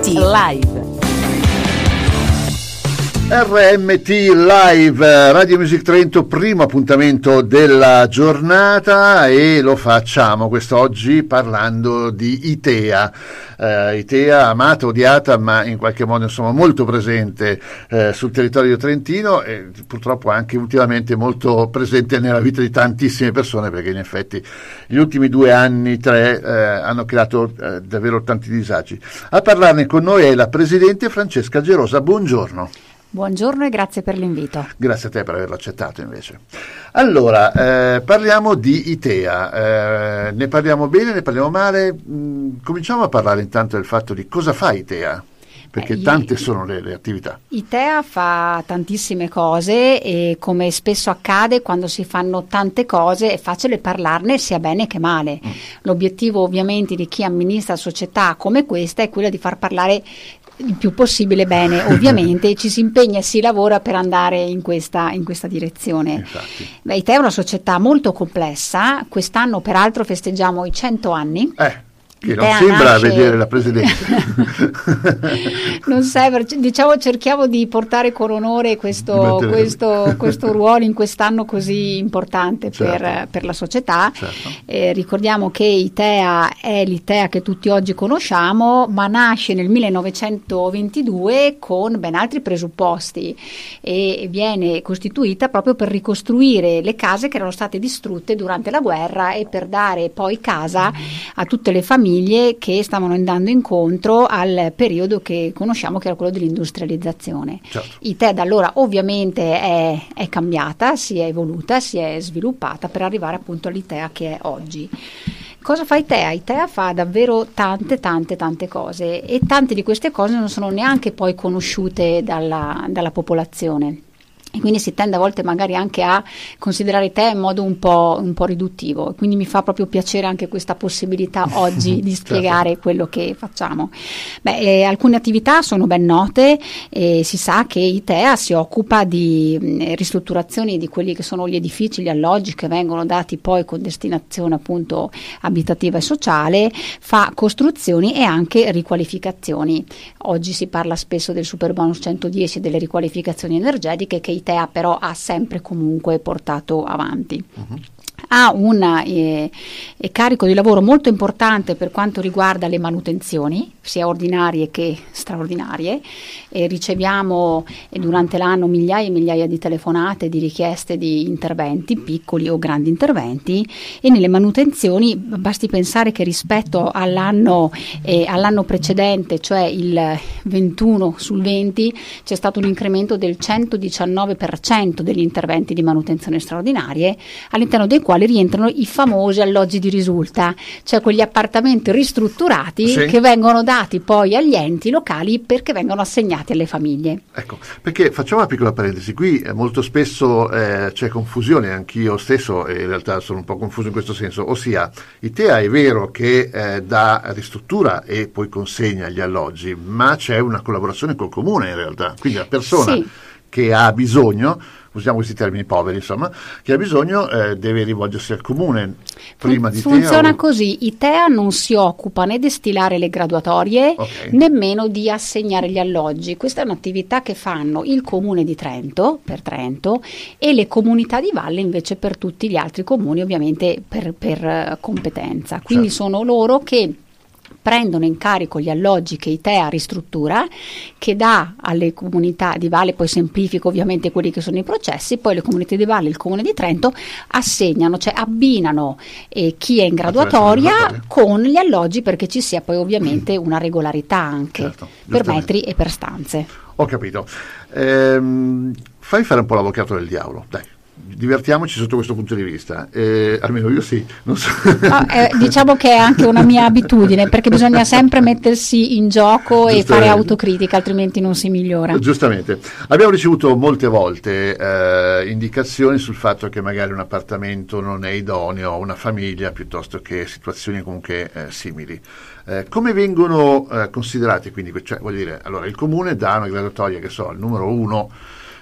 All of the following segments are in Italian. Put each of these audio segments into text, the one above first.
Live. RMT Live, Radio Music Trento, primo appuntamento della giornata, e lo facciamo quest'oggi parlando di ITEA. ITEA amata, odiata, ma in qualche modo insomma molto presente sul territorio trentino, e purtroppo anche ultimamente molto presente nella vita di tantissime persone, perché in effetti gli ultimi 2 anni, 3 hanno creato davvero tanti disagi. A parlarne con noi è la presidente Francesca Gerosa. Buongiorno. Buongiorno e grazie per l'invito. Grazie a te per averlo accettato invece. Allora, parliamo di ITEA, ne parliamo bene, ne parliamo male. Cominciamo a parlare intanto del fatto di cosa fa ITEA, perché tante sono le attività. ITEA fa tantissime cose, e come spesso accade quando si fanno tante cose è facile parlarne sia bene che male. L'obiettivo ovviamente di chi amministra società come questa è quello di far parlare il più possibile bene, ovviamente. Ci si impegna e si lavora per andare in questa direzione. ITEA è una società molto complessa. Quest'anno peraltro festeggiamo i 100 anni. Che non sembra vedere la Presidente. Non sembra, diciamo, cerchiamo di portare con onore questo ruolo in quest'anno così importante, certo, per la società. Certo. Ricordiamo che ITEA è l'ITEA che tutti oggi conosciamo, ma nasce nel 1922 con ben altri presupposti e viene costituita proprio per ricostruire le case che erano state distrutte durante la guerra e per dare poi casa a tutte le famiglie che stavano andando incontro al periodo che conosciamo, che era quello dell'industrializzazione. Certo. ITEA da allora ovviamente è cambiata, si è evoluta, si è sviluppata per arrivare appunto all'ITEA che è oggi. Cosa fa ITEA? ITEA fa davvero tante cose, e tante di queste cose non sono neanche poi conosciute dalla popolazione. E quindi si tende a volte magari anche a considerare ITEA in modo un po' riduttivo, quindi mi fa proprio piacere anche questa possibilità oggi di spiegare certo quello che facciamo. Alcune attività sono ben note, si sa che ITEA si occupa di ristrutturazioni di quelli che sono gli edifici, gli alloggi che vengono dati poi con destinazione appunto abitativa e sociale, fa costruzioni e anche riqualificazioni. Oggi si parla spesso del Superbonus 110 e delle riqualificazioni energetiche che ITEA però ha sempre comunque portato avanti. Ha un carico di lavoro molto importante per quanto riguarda le manutenzioni, sia ordinarie che straordinarie. Riceviamo durante l'anno migliaia e migliaia di telefonate, di richieste di interventi, piccoli o grandi interventi, e nelle manutenzioni basti pensare che rispetto all'anno precedente, cioè il 21 sul 20, c'è stato un incremento del 119% degli interventi di manutenzione straordinarie, all'interno dei quali rientrano i famosi alloggi di risulta, cioè quegli appartamenti ristrutturati che vengono dati poi agli enti locali perché vengono assegnati alle famiglie. Ecco, perché facciamo una piccola parentesi, qui molto spesso c'è confusione, anch'io stesso in realtà sono un po' confuso in questo senso, ossia ITEA è vero che dà ristruttura e poi consegna gli alloggi, ma c'è una collaborazione col comune in realtà, quindi la persona che ha bisogno, usiamo questi termini poveri, insomma, che ha bisogno deve rivolgersi al comune prima di ITEA. Funziona così: ITEA non si occupa né di stilare le graduatorie, nemmeno di assegnare gli alloggi. Questa è un'attività che fanno il comune di Trento, per Trento, e le comunità di valle invece per tutti gli altri comuni, ovviamente per competenza. Quindi sono loro che prendono in carico gli alloggi che ITEA ristruttura, che dà alle comunità di valle, poi semplifico ovviamente quelli che sono i processi, poi le comunità di valle e il comune di Trento assegnano, cioè abbinano chi è in graduatoria con gli alloggi, perché ci sia poi ovviamente una regolarità anche per metri e per stanze. Ho capito. Fai fare un po' l'avvocato del diavolo, dai. Divertiamoci sotto questo punto di vista, almeno io sì, non so. Diciamo che è anche una mia abitudine, perché bisogna sempre mettersi in gioco e fare autocritica, altrimenti non si migliora. Giustamente. Abbiamo ricevuto molte volte indicazioni sul fatto che magari un appartamento non è idoneo a una famiglia, piuttosto che situazioni comunque simili. Come vengono considerati quindi? Cioè, voglio dire, allora il comune dà una graduatoria, che so, al numero 1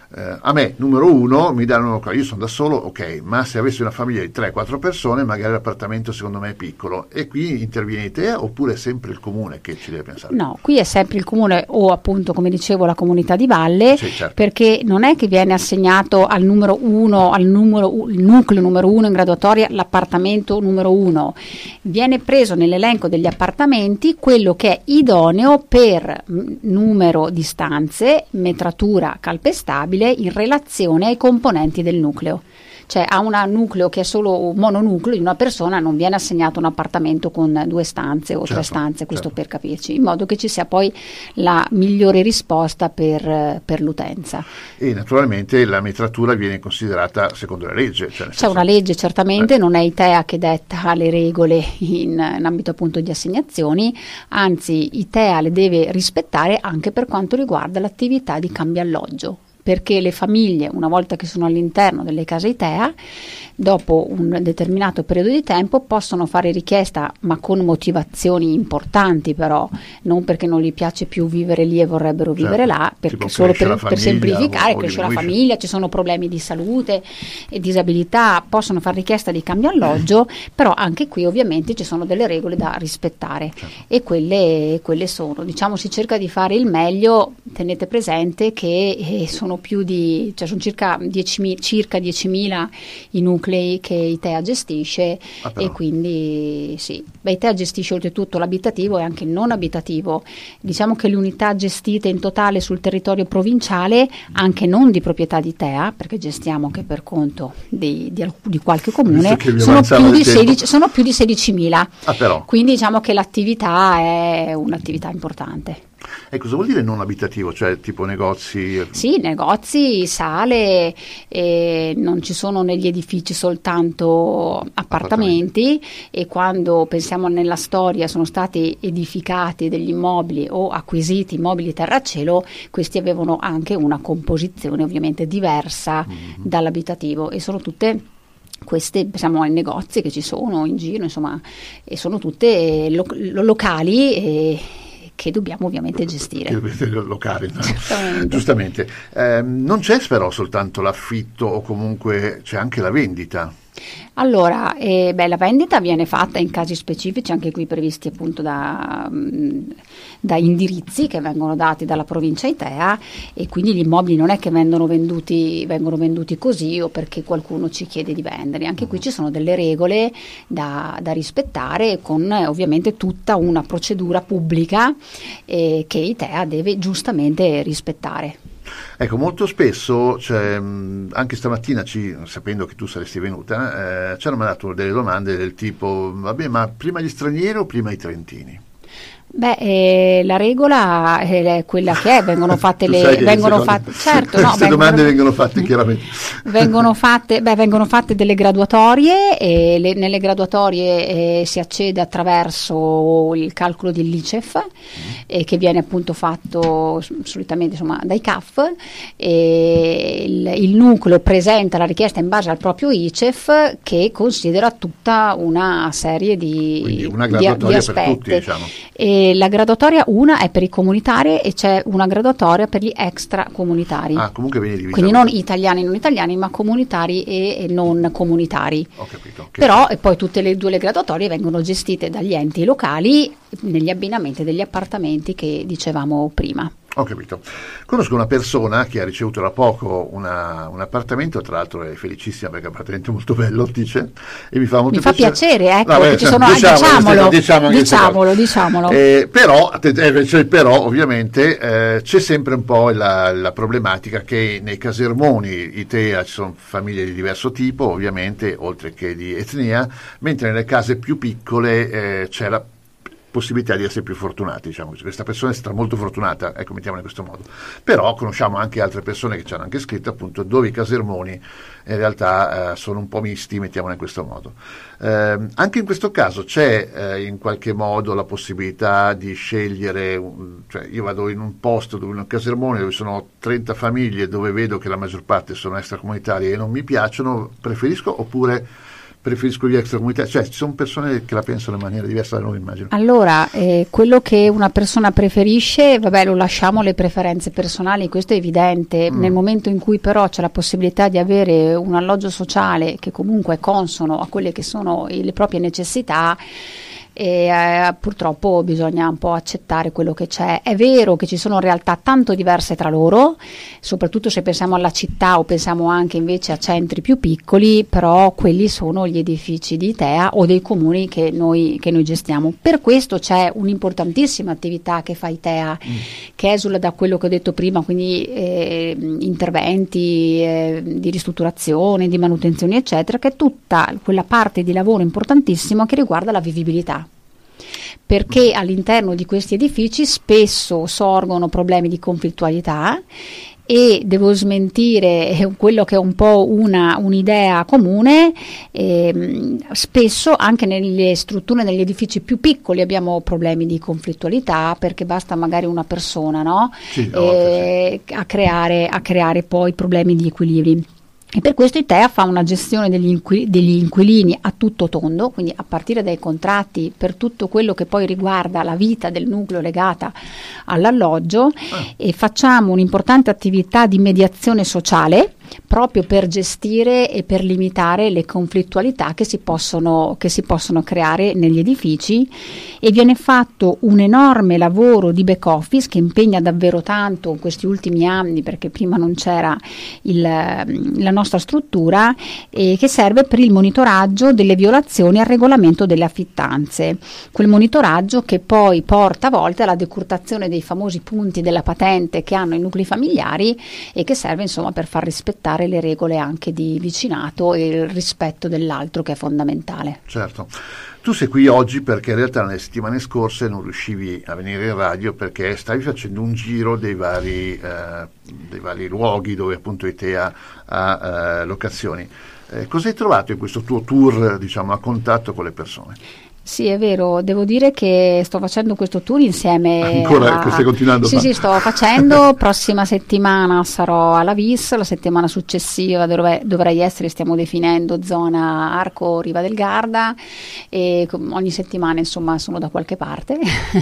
a me, numero uno, mi danno, io sono da solo, ok, ma se avessi una famiglia di 3-4 persone, magari l'appartamento secondo me è piccolo, e qui interviene te oppure è sempre il comune che ci deve pensare? No, qui è sempre il comune o appunto, come dicevo, la comunità di valle, sì, certo. Perché non è che viene assegnato al numero uno, il nucleo numero uno in graduatoria, l'appartamento numero uno, viene preso nell'elenco degli appartamenti quello che è idoneo per numero di stanze, metratura calpestabile in relazione ai componenti del nucleo. Cioè a un nucleo che è solo un mononucleo di una persona non viene assegnato un appartamento con 2 stanze o 3 stanze, questo per capirci, in modo che ci sia poi la migliore risposta per l'utenza. E naturalmente la metratura viene considerata secondo la legge. C'è una legge certamente, non è ITEA che detta le regole in ambito appunto di assegnazioni, anzi ITEA le deve rispettare anche per quanto riguarda l'attività di cambio alloggio, perché le famiglie, una volta che sono all'interno delle case ITEA, dopo un determinato periodo di tempo possono fare richiesta, ma con motivazioni importanti però, non perché non gli piace più vivere lì e vorrebbero vivere là, perché solo per semplificare, cresce la famiglia, ci sono problemi di salute e disabilità, possono fare richiesta di cambio alloggio, però anche qui ovviamente ci sono delle regole da rispettare, e quelle sono, diciamo, si cerca di fare il meglio. Tenete presente che sono sono circa 10.000 i nuclei che ITEA gestisce, e quindi sì, ITEA gestisce oltretutto l'abitativo e anche il non abitativo. Diciamo che le unità gestite in totale sul territorio provinciale, anche non di proprietà di ITEA, perché gestiamo anche per conto di qualche comune, sono più di 16.000. Quindi diciamo che l'attività è un'attività importante. E cosa vuol dire non abitativo? Cioè tipo negozi? Sì, negozi, sale, non ci sono negli edifici soltanto appartamenti, e quando pensiamo nella storia sono stati edificati degli immobili o acquisiti immobili terracielo, questi avevano anche una composizione ovviamente diversa dall'abitativo, e sono tutte queste, pensiamo ai negozi che ci sono in giro, insomma, e sono tutte locali che dobbiamo ovviamente gestire. Locali, no? Giustamente. Non c'è però soltanto l'affitto, o comunque c'è anche la vendita. Allora, la vendita viene fatta in casi specifici, anche qui previsti appunto da indirizzi che vengono dati dalla provincia ITEA, e quindi gli immobili non è che vengono venduti così o perché qualcuno ci chiede di venderli. Anche qui ci sono delle regole da rispettare, con ovviamente tutta una procedura pubblica che ITEA deve giustamente rispettare. Ecco, molto spesso, anche stamattina, sapendo che tu saresti venuta, ci hanno mandato delle domande del tipo: vabbè, ma prima gli stranieri o prima i trentini? La regola è quella che è, vengono fatte certo, no, queste domande vengono fatte chiaramente. Vengono fatte delle graduatorie, e nelle graduatorie si accede attraverso il calcolo dell'ICEF, che viene appunto fatto solitamente, insomma, dai CAF, e il nucleo presenta la richiesta in base al proprio ICEF, che considera tutta una serie di aspetti. Per tutti, diciamo. E la graduatoria, una è per i comunitari e c'è una graduatoria per gli extracomunitari. Comunque viene divisa. Quindi non italiani e non italiani, ma comunitari e non comunitari. Ho capito. Però e poi tutte le 2 le graduatorie vengono gestite dagli enti locali negli abbinamenti degli appartamenti che dicevamo prima. Ho capito. Conosco una persona che ha ricevuto da poco un appartamento, tra l'altro è felicissima perché è un appartamento molto bello, dice, e mi fa molto piacere. Ecco, no, che ci sono, diciamolo. Però ovviamente c'è sempre un po' la problematica che nei casermoni ITEA ci sono famiglie di diverso tipo, ovviamente, oltre che di etnia, mentre nelle case più piccole c'è la possibilità di essere più fortunati, diciamo. Questa persona è stata molto fortunata, ecco, mettiamola in questo modo. Però conosciamo anche altre persone che ci hanno anche scritto appunto dove i casermoni in realtà sono un po' misti, mettiamola in questo modo. Anche in questo caso c'è in qualche modo la possibilità di scegliere, cioè io vado in un posto, in un casermone dove sono 30 famiglie, dove vedo che la maggior parte sono extracomunitarie e non mi piacciono, preferisco, oppure preferisco gli extracomunitari, cioè ci sono persone che la pensano in maniera diversa da noi, immagino. Allora, quello che una persona preferisce, vabbè, lo lasciamo alle preferenze personali, questo è evidente. Nel momento in cui però c'è la possibilità di avere un alloggio sociale che comunque è consono a quelle che sono le proprie necessità, purtroppo bisogna un po' accettare quello che c'è. È vero che ci sono realtà tanto diverse tra loro, soprattutto se pensiamo alla città o pensiamo anche invece a centri più piccoli, però quelli sono gli edifici di ITEA o dei comuni che noi gestiamo. Per questo c'è un'importantissima attività che fa ITEA, che esula da quello che ho detto prima, quindi interventi di ristrutturazione, di manutenzione eccetera, che è tutta quella parte di lavoro importantissima che riguarda la vivibilità. Perché all'interno di questi edifici spesso sorgono problemi di conflittualità e devo smentire quello che è un po' un'idea comune, spesso anche nelle strutture, negli edifici più piccoli abbiamo problemi di conflittualità perché basta magari una persona, no? Sì, a creare poi problemi di equilibri. E per questo ITEA fa una gestione degli inquilini a tutto tondo, quindi a partire dai contratti per tutto quello che poi riguarda la vita del nucleo legata all'alloggio, e facciamo un'importante attività di mediazione sociale proprio per gestire e per limitare le conflittualità che si possono creare negli edifici, e viene fatto un enorme lavoro di back office che impegna davvero tanto in questi ultimi anni, perché prima non c'era la nostra struttura, che serve per il monitoraggio delle violazioni al regolamento delle affittanze, quel monitoraggio che poi porta a volte alla decurtazione dei famosi punti della patente che hanno i nuclei familiari e che serve insomma per far rispettare le regole anche di vicinato e il rispetto dell'altro, che è fondamentale. Certo. Tu sei qui oggi perché in realtà nelle settimane scorse non riuscivi a venire in radio perché stavi facendo un giro dei vari luoghi dove appunto ITEA ha locazioni. Cosa hai trovato in questo tuo tour, diciamo, a contatto con le persone? Sì, è vero, devo dire che sto facendo questo tour insieme ancora che stai continuando? Sì, sto facendo, prossima settimana sarò alla VIS, la settimana successiva dovrei essere, stiamo definendo, zona Arco Riva del Garda, e ogni settimana insomma sono da qualche parte,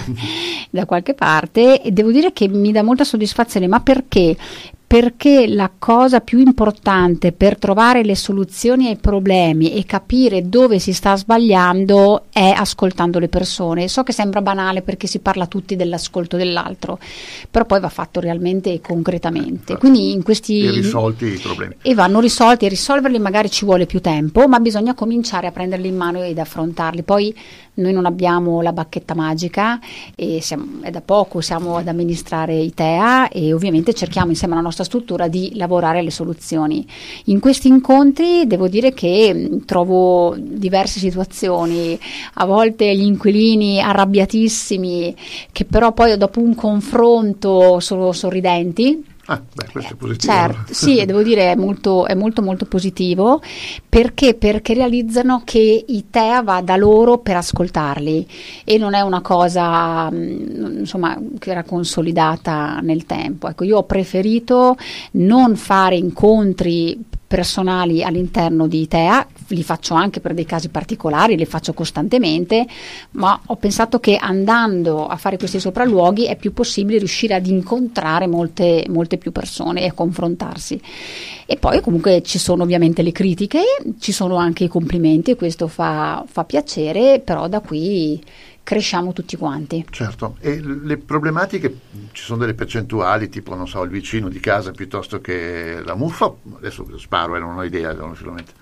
e devo dire che mi dà molta soddisfazione, ma perché? Perché la cosa più importante per trovare le soluzioni ai problemi e capire dove si sta sbagliando è ascoltando le persone. So che sembra banale perché si parla tutti dell'ascolto dell'altro, però poi va fatto realmente e concretamente. Quindi in questi e risolti i problemi. E vanno risolti, e risolverli magari ci vuole più tempo, ma bisogna cominciare a prenderli in mano ed affrontarli. Poi noi non abbiamo la bacchetta magica e è da poco siamo ad amministrare ITEA, e ovviamente cerchiamo insieme alla nostra struttura di lavorare alle soluzioni. In questi incontri devo dire che trovo diverse situazioni, a volte gli inquilini arrabbiatissimi che però poi dopo un confronto sono sorridenti. Questo è positivo. Certo, sì, devo dire è molto positivo, perché realizzano che ITEA va da loro per ascoltarli, e non è una cosa insomma che era consolidata nel tempo. Ecco, io ho preferito non fare incontri personali all'interno di ITEA, li faccio anche per dei casi particolari, li faccio costantemente, ma ho pensato che andando a fare questi sopralluoghi è più possibile riuscire ad incontrare molte più persone e a confrontarsi. E poi comunque ci sono ovviamente le critiche, ci sono anche i complimenti, e questo fa piacere, però da qui cresciamo tutti quanti. Certo, e le problematiche, ci sono delle percentuali, tipo non so, il vicino di casa piuttosto che la muffa? Adesso sparo, non ho idea, sicuramente.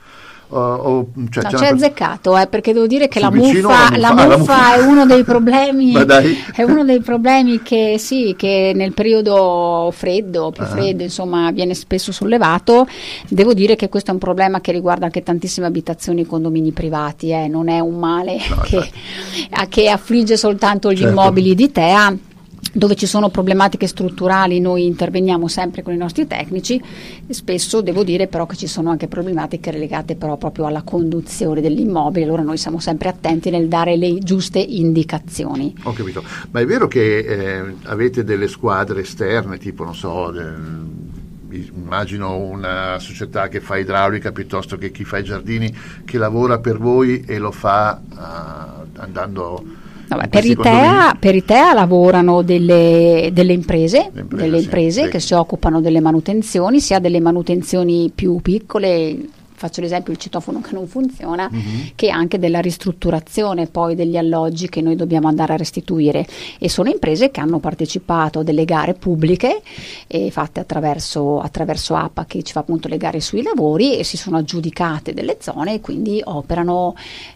C'è azzeccato, perché devo dire che la muffa è uno dei problemi è uno dei problemi che nel periodo freddo, più freddo, insomma, viene spesso sollevato. Devo dire che questo è un problema che riguarda anche tantissime abitazioni e condomini privati, non è un male che affligge soltanto gli immobili di ITEA. Dove ci sono problematiche strutturali noi interveniamo sempre con i nostri tecnici, e spesso devo dire però che ci sono anche problematiche legate però proprio alla conduzione dell'immobile, allora noi siamo sempre attenti nel dare le giuste indicazioni. Ho capito, ma è vero che avete delle squadre esterne, tipo non so, immagino una società che fa idraulica piuttosto che chi fa i giardini, che lavora per voi e lo fa andando... Per ITEA lavorano delle imprese sì, che si occupano delle manutenzioni, sia delle manutenzioni più piccole, faccio l'esempio il citofono che non funziona, che anche della ristrutturazione poi degli alloggi che noi dobbiamo andare a restituire, e sono imprese che hanno partecipato a delle gare pubbliche fatte attraverso APA, che ci fa appunto le gare sui lavori, e si sono aggiudicate delle zone e quindi operano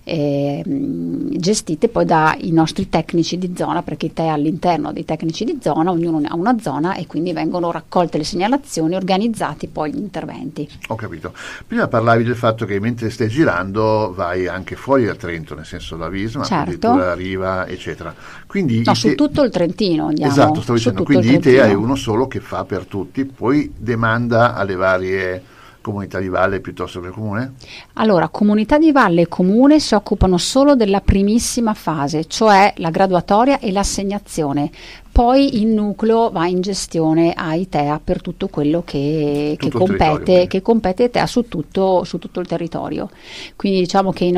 gestite poi dai nostri tecnici di zona, perché ITEA all'interno dei tecnici di zona, ognuno ha una zona, e quindi vengono raccolte le segnalazioni, organizzati poi gli interventi. Ho capito. Prima parlavi del fatto che mentre stai girando vai anche fuori da Trento, nel senso da Visma, addirittura Riva, eccetera. Quindi su tutto il Trentino andiamo. Esatto, stavo dicendo, quindi ITEA è uno solo che fa per tutti, poi demanda alle varie comunità di valle piuttosto che il comune? Allora, comunità di valle e comune si occupano solo della primissima fase, cioè la graduatoria e l'assegnazione. Poi il nucleo va in gestione a ITEA per tutto quello che compete ITEA su tutto il territorio. Quindi diciamo che i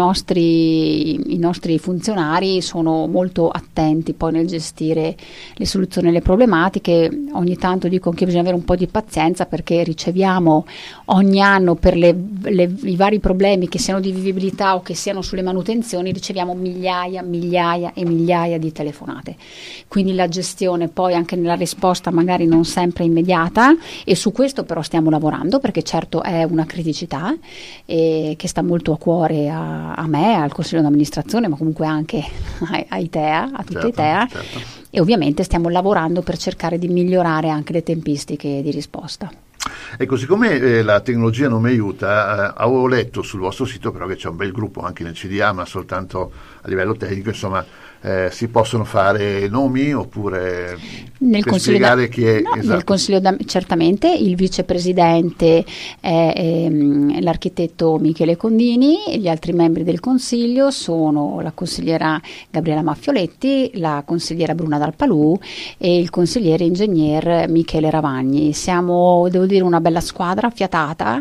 nostri funzionari sono molto attenti poi nel gestire le soluzioni alle problematiche. Ogni tanto dico che bisogna avere un po' di pazienza, perché riceviamo ogni anno per i vari problemi, che siano di vivibilità o che siano sulle manutenzioni, riceviamo migliaia e migliaia di telefonate. Quindi la gestione poi anche nella risposta magari non sempre immediata, e su questo però stiamo lavorando, perché certo è una criticità che sta molto a cuore a me, al consiglio di amministrazione, ma comunque anche a ITEA, a tutta ITEA, e ovviamente stiamo lavorando per cercare di migliorare anche le tempistiche di risposta. Ecco, siccome la tecnologia non mi aiuta, avevo letto sul vostro sito però che c'è un bel gruppo anche nel CDA, ma soltanto a livello tecnico, insomma, si possono fare nomi oppure per spiegare chi è? No, esatto. Nel consiglio certamente il vicepresidente è l'architetto Michele Condini, e gli altri membri del consiglio sono la consigliera Gabriela Maffioletti, la consigliera Bruna Dalpalù e il consigliere ingegner Michele Ravagni. Siamo, devo dire, una bella squadra affiatata,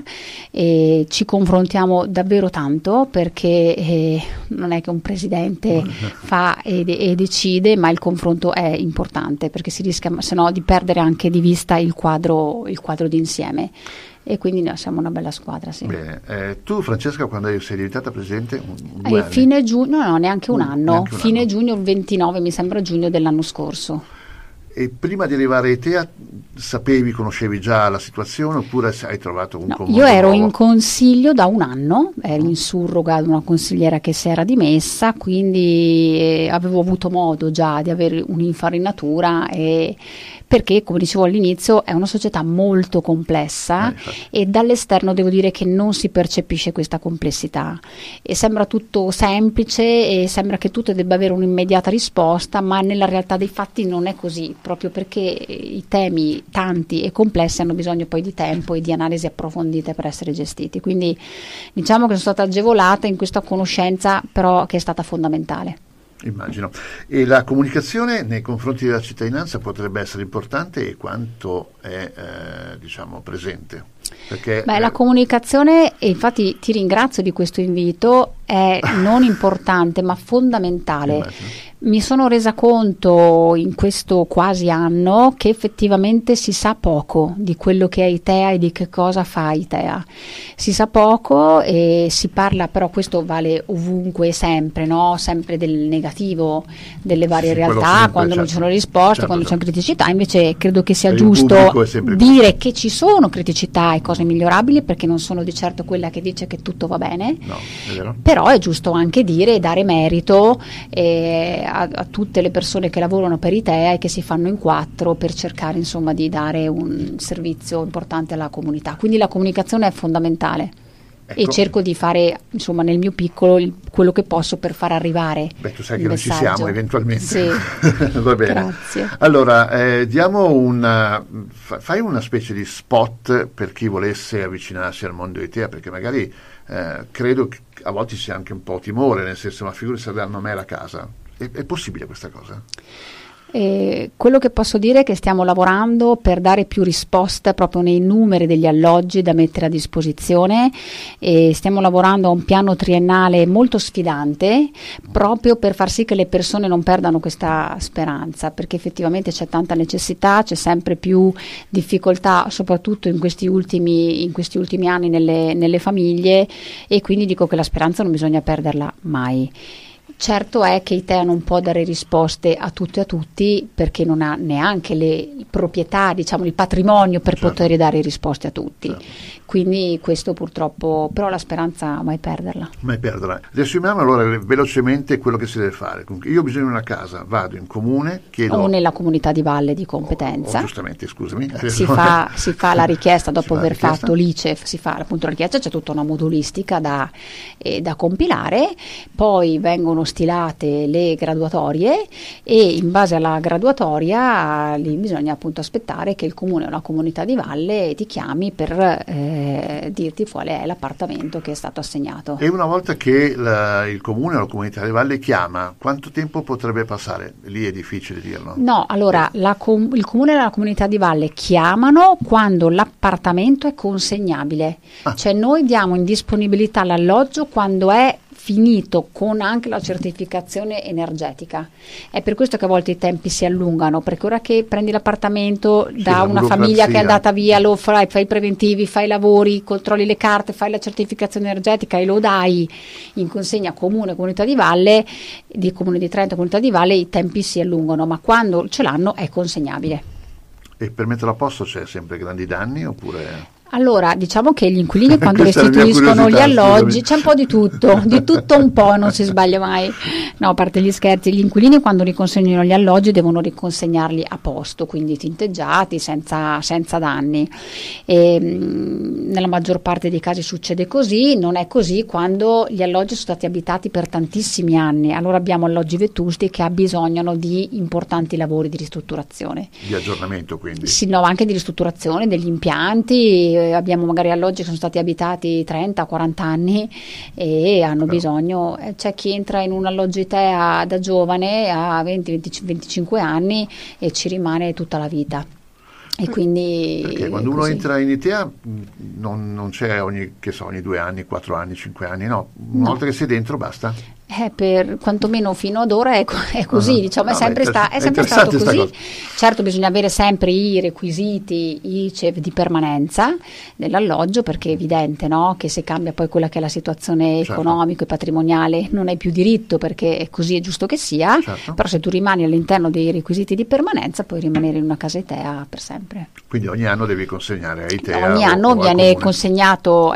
e ci confrontiamo davvero tanto, perché non è che un presidente fa e decide, ma il confronto è importante, perché si rischia se no di perdere anche di vista il quadro d'insieme, e quindi noi siamo una bella squadra. Sì. Bene. Tu, Francesca, quando sei diventata presidente? Fine giugno, no, neanche un anno, fine giugno, il 29 mi sembra giugno dell'anno scorso. E prima di arrivare a ITEA conoscevi già la situazione, oppure hai trovato un io ero in consiglio da un anno, ero in surroga di una consigliera che si era dimessa, quindi avevo avuto modo già di avere un'infarinatura, perché, come dicevo all'inizio, è una società molto complessa, e dall'esterno devo dire che non si percepisce questa complessità, e sembra tutto semplice e sembra che tutto debba avere un'immediata risposta, ma nella realtà dei fatti non è così, proprio perché i temi tanti e complessi hanno bisogno poi di tempo e di analisi approfondite per essere gestiti. Quindi diciamo che sono stata agevolata in questa conoscenza, però che è stata fondamentale. Immagino. E la comunicazione nei confronti della cittadinanza potrebbe essere importante, e quanto è presente? Perché, la comunicazione, e infatti ti ringrazio di questo invito, è non importante ma fondamentale. Immagino. Mi sono resa conto in questo quasi anno che effettivamente si sa poco di quello che è ITEA e di che cosa fa ITEA. Si sa poco e si parla, però questo vale ovunque, sempre, no? Sempre del negativo delle varie realtà, quando non ci sono risposte, quando c'è criticità. Invece credo che sia giusto dire che ci sono criticità e cose migliorabili, perché non sono di certo quella che dice che tutto va bene. No, è vero. Però è giusto anche dire e dare merito a tutte le persone che lavorano per ITEA e che si fanno in quattro per cercare, insomma, di dare un servizio importante alla comunità. Quindi la comunicazione è fondamentale. Ecco. E cerco di fare, insomma, nel mio piccolo quello che posso per far arrivare. Tu sai che noi ci siamo eventualmente. Sì. Va bene. Grazie. Allora, fai una specie di spot per chi volesse avvicinarsi al mondo ITEA, perché magari credo che a volte sia anche un po' timore, nel senso, ma figurati se danno a me la casa. È possibile questa cosa? Quello che posso dire è che stiamo lavorando per dare più risposte proprio nei numeri degli alloggi da mettere a disposizione, e stiamo lavorando a un piano triennale molto sfidante proprio per far sì che le persone non perdano questa speranza, perché effettivamente c'è tanta necessità, c'è sempre più difficoltà soprattutto in questi ultimi anni nelle famiglie, e quindi dico che la speranza non bisogna perderla mai. Certo è che ITEA non può dare risposte a tutto e a tutti, perché non ha neanche le proprietà, diciamo il patrimonio per poter dare risposte a tutti. Quindi questo purtroppo, però la speranza mai perderla. Mai perderla. Riassumiamo allora velocemente quello che si deve fare. Io ho bisogno di una casa, vado in comune, chiedo... O nella comunità di valle di competenza. Giustamente, scusami. Si fa la richiesta dopo aver fatto l'ICEF, si fa appunto la richiesta, c'è tutta una modulistica da compilare, poi vengono stilate le graduatorie, e in base alla graduatoria lì bisogna appunto aspettare che il comune o la comunità di valle ti chiami per dirti qual è l'appartamento che è stato assegnato. E una volta che il comune o la comunità di valle chiama, quanto tempo potrebbe passare? Lì è difficile dirlo. No, allora il comune e la comunità di valle chiamano quando l'appartamento è consegnabile, cioè noi diamo in disponibilità l'alloggio quando è finito, con anche la certificazione energetica. È per questo che a volte i tempi si allungano, perché ora che prendi l'appartamento da una famiglia che è andata via, lo fai i preventivi, fai i lavori, controlli le carte, fai la certificazione energetica e lo dai in consegna comune, comunità di valle, di Comune di Trento, comunità di valle, i tempi si allungano, ma quando ce l'hanno è consegnabile. E per metterlo a posto c'è sempre grandi danni oppure... Allora, diciamo che gli inquilini quando restituiscono gli alloggi, c'è un po' di tutto un po', non si sbaglia mai. No, a parte gli scherzi, gli inquilini quando riconsegnano gli alloggi devono riconsegnarli a posto, quindi tinteggiati, senza danni. Nella maggior parte dei casi succede così, non è così quando gli alloggi sono stati abitati per tantissimi anni. Allora abbiamo alloggi vetusti che abbisognano di importanti lavori di ristrutturazione. Di aggiornamento quindi? Sì, no, anche di ristrutturazione degli impianti. Abbiamo magari alloggi che sono stati abitati 30-40 anni e hanno bisogno, c'è chi entra in un alloggio ITEA da giovane a 20-25 anni e ci rimane tutta la vita. E quindi perché quando uno entra in ITEA non c'è ogni 2 anni, 4 anni, 5 anni, no, una volta che sei dentro basta. Per quantomeno fino ad ora è così, diciamo, è sempre stato così. Certo, bisogna avere sempre i requisiti ICEV di permanenza dell'alloggio, perché è evidente, no, che se cambia poi quella che è la situazione economica e patrimoniale non hai più diritto, perché è così, è giusto che sia, però se tu rimani all'interno dei requisiti di permanenza puoi rimanere in una casa ITEA per sempre. Quindi ogni anno devi consegnare a ITEA? Ogni anno viene consegnato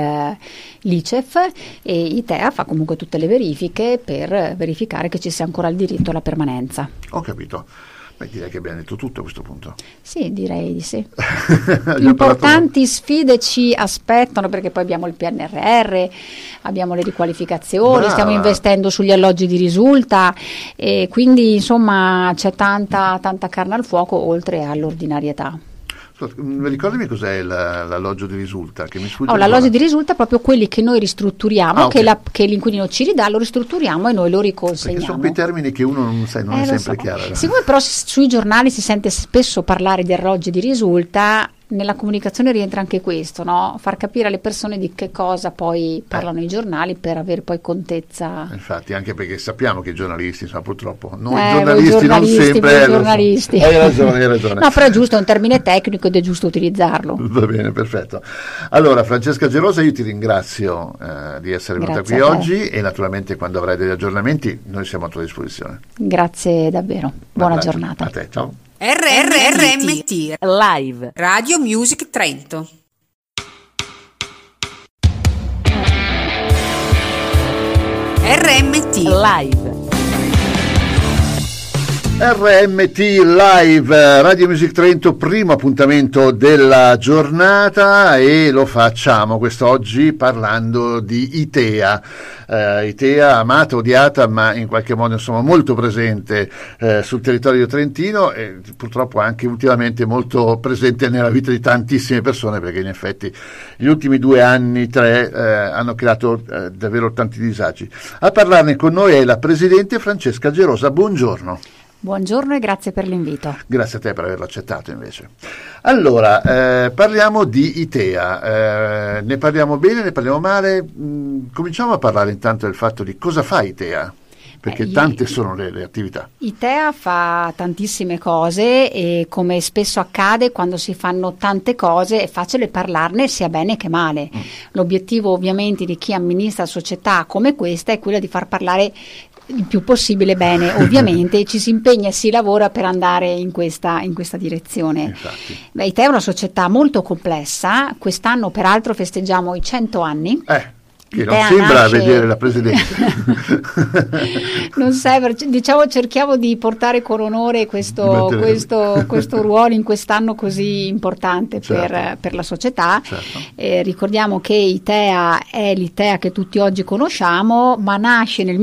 l'ICEF e ITEA fa comunque tutte le verifiche per verificare che ci sia ancora il diritto alla permanenza. Ho capito. Beh, direi che abbiamo detto tutto a questo punto. Sì, direi di sì. Importanti sfide ci aspettano, perché poi abbiamo il PNRR, abbiamo le riqualificazioni, stiamo investendo sugli alloggi di risulta, e quindi insomma c'è tanta carne al fuoco oltre all'ordinarietà. Ricordami cos'è l'alloggio di risulta, che mi sfugge. L'alloggio di risulta è proprio quelli che noi ristrutturiamo, che l'inquilino ci ridà, lo ristrutturiamo e noi lo riconsegniamo. Perché sono quei termini che uno non è sempre chiaro. Siccome però sui giornali si sente spesso parlare di alloggi di risulta, nella comunicazione rientra anche questo, no? Far capire alle persone di che cosa poi parlano i giornali per avere poi contezza. Infatti, anche perché sappiamo che i giornalisti, insomma, purtroppo noi giornalisti non sempre giornalisti. Hai ragione. No, però è giusto, è un termine tecnico ed è giusto utilizzarlo. Va bene, perfetto. Allora, Francesca Gerosa, io ti ringrazio di essere venuta qui oggi, e naturalmente quando avrai degli aggiornamenti noi siamo a tua disposizione. Grazie davvero. Buona giornata. A te, ciao. RRMT Live Radio Music Trento. RMT Live. RMT Live, Radio Music Trento, primo appuntamento della giornata, e lo facciamo quest'oggi parlando di ITEA. ITEA amata, odiata, ma in qualche modo insomma molto presente sul territorio trentino, e purtroppo anche ultimamente molto presente nella vita di tantissime persone, perché in effetti gli ultimi 2 anni, 3 hanno creato davvero tanti disagi. A parlarne con noi è la presidente Francesca Gerosa. Buongiorno. Buongiorno e grazie per l'invito. Grazie a te per averlo accettato invece. Allora, parliamo di ITEA, ne parliamo bene, ne parliamo male, cominciamo a parlare intanto del fatto di cosa fa ITEA. Perché tante sono le attività. ITEA fa tantissime cose e come spesso accade quando si fanno tante cose è facile parlarne sia bene che male. L'obiettivo ovviamente di chi amministra società come questa è quello di far parlare il più possibile bene, ovviamente ci si impegna e si lavora per andare in questa direzione. ITEA è una società molto complessa, quest'anno peraltro festeggiamo i 100 anni. Che non sembra vedere la Presidente. Non sembra, diciamo cerchiamo di portare con onore questo ruolo in quest'anno così importante per la società. Ricordiamo che ITEA è l'ITEA che tutti oggi conosciamo, ma nasce nel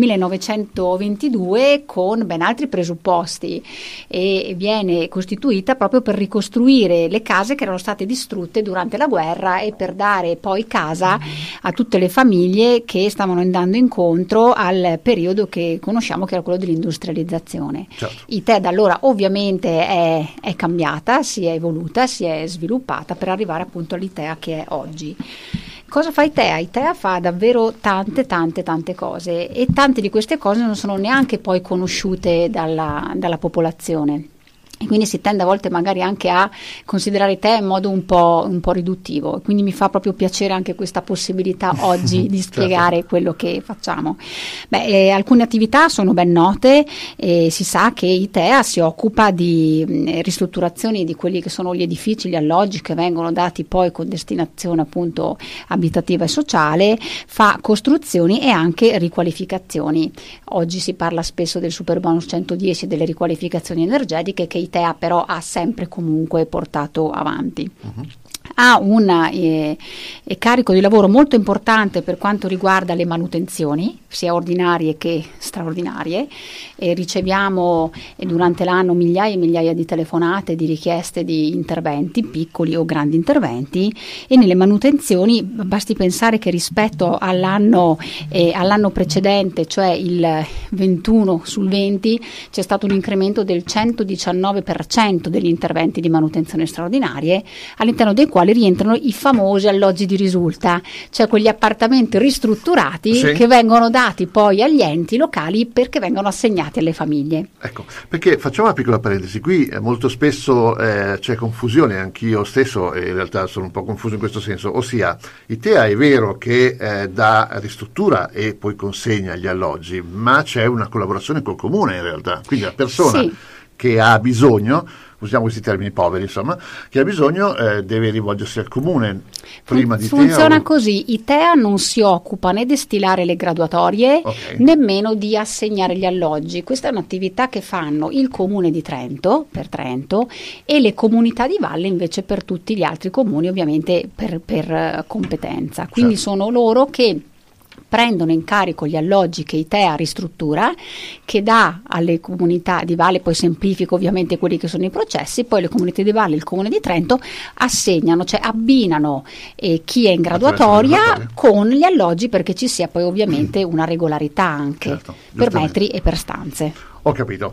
1922 con ben altri presupposti e viene costituita proprio per ricostruire le case che erano state distrutte durante la guerra e per dare poi casa a tutte le famiglie che stavano andando incontro al periodo che conosciamo, che era quello dell'industrializzazione. ITEA da allora ovviamente è cambiata, si è evoluta, si è sviluppata per arrivare appunto all'ITEA che è oggi. Cosa fa ITEA? ITEA fa davvero tante cose e tante di queste cose non sono neanche poi conosciute dalla popolazione. E quindi si tende a volte magari anche a considerare ITEA in modo un po' riduttivo, quindi mi fa proprio piacere anche questa possibilità oggi di spiegare quello che facciamo. Alcune attività sono ben note, si sa che ITEA si occupa di ristrutturazioni di quelli che sono gli edifici, gli alloggi che vengono dati poi con destinazione appunto abitativa e sociale, fa costruzioni e anche riqualificazioni. Oggi si parla spesso del Superbonus 110 e delle riqualificazioni energetiche che ITEA però ha sempre comunque portato avanti. Ha un carico di lavoro molto importante per quanto riguarda le manutenzioni, sia ordinarie che straordinarie. Riceviamo durante l'anno migliaia e migliaia di telefonate, di richieste di interventi, piccoli o grandi interventi, e nelle manutenzioni basti pensare che rispetto all'anno precedente, cioè il 21 sul 20, c'è stato un incremento del 119% degli interventi di manutenzione straordinarie, all'interno dei quali rientrano i famosi alloggi di risulta, cioè quegli appartamenti ristrutturati che vengono dati poi agli enti locali perché vengono assegnati alle famiglie. Ecco, perché facciamo una piccola parentesi, qui molto spesso c'è confusione, anch'io stesso in realtà sono un po' confuso in questo senso, ossia ITEA è vero che dà ristruttura e poi consegna gli alloggi, ma c'è una collaborazione col comune in realtà, quindi la persona che ha bisogno, usiamo questi termini poveri, insomma, che ha bisogno deve rivolgersi al comune prima di ITEA. Funziona così, ITEA non si occupa né di stilare le graduatorie, nemmeno di assegnare gli alloggi. Questa è un'attività che fanno il comune di Trento, per Trento, e le comunità di valle invece per tutti gli altri comuni, ovviamente per competenza. Quindi sono loro che prendono in carico gli alloggi che ITEA ristruttura, che dà alle comunità di valle, poi semplifico ovviamente quelli che sono i processi, poi le comunità di valle e il comune di Trento assegnano, cioè abbinano chi è in graduatoria con gli alloggi perché ci sia poi ovviamente una regolarità anche per metri e per stanze. Ho capito.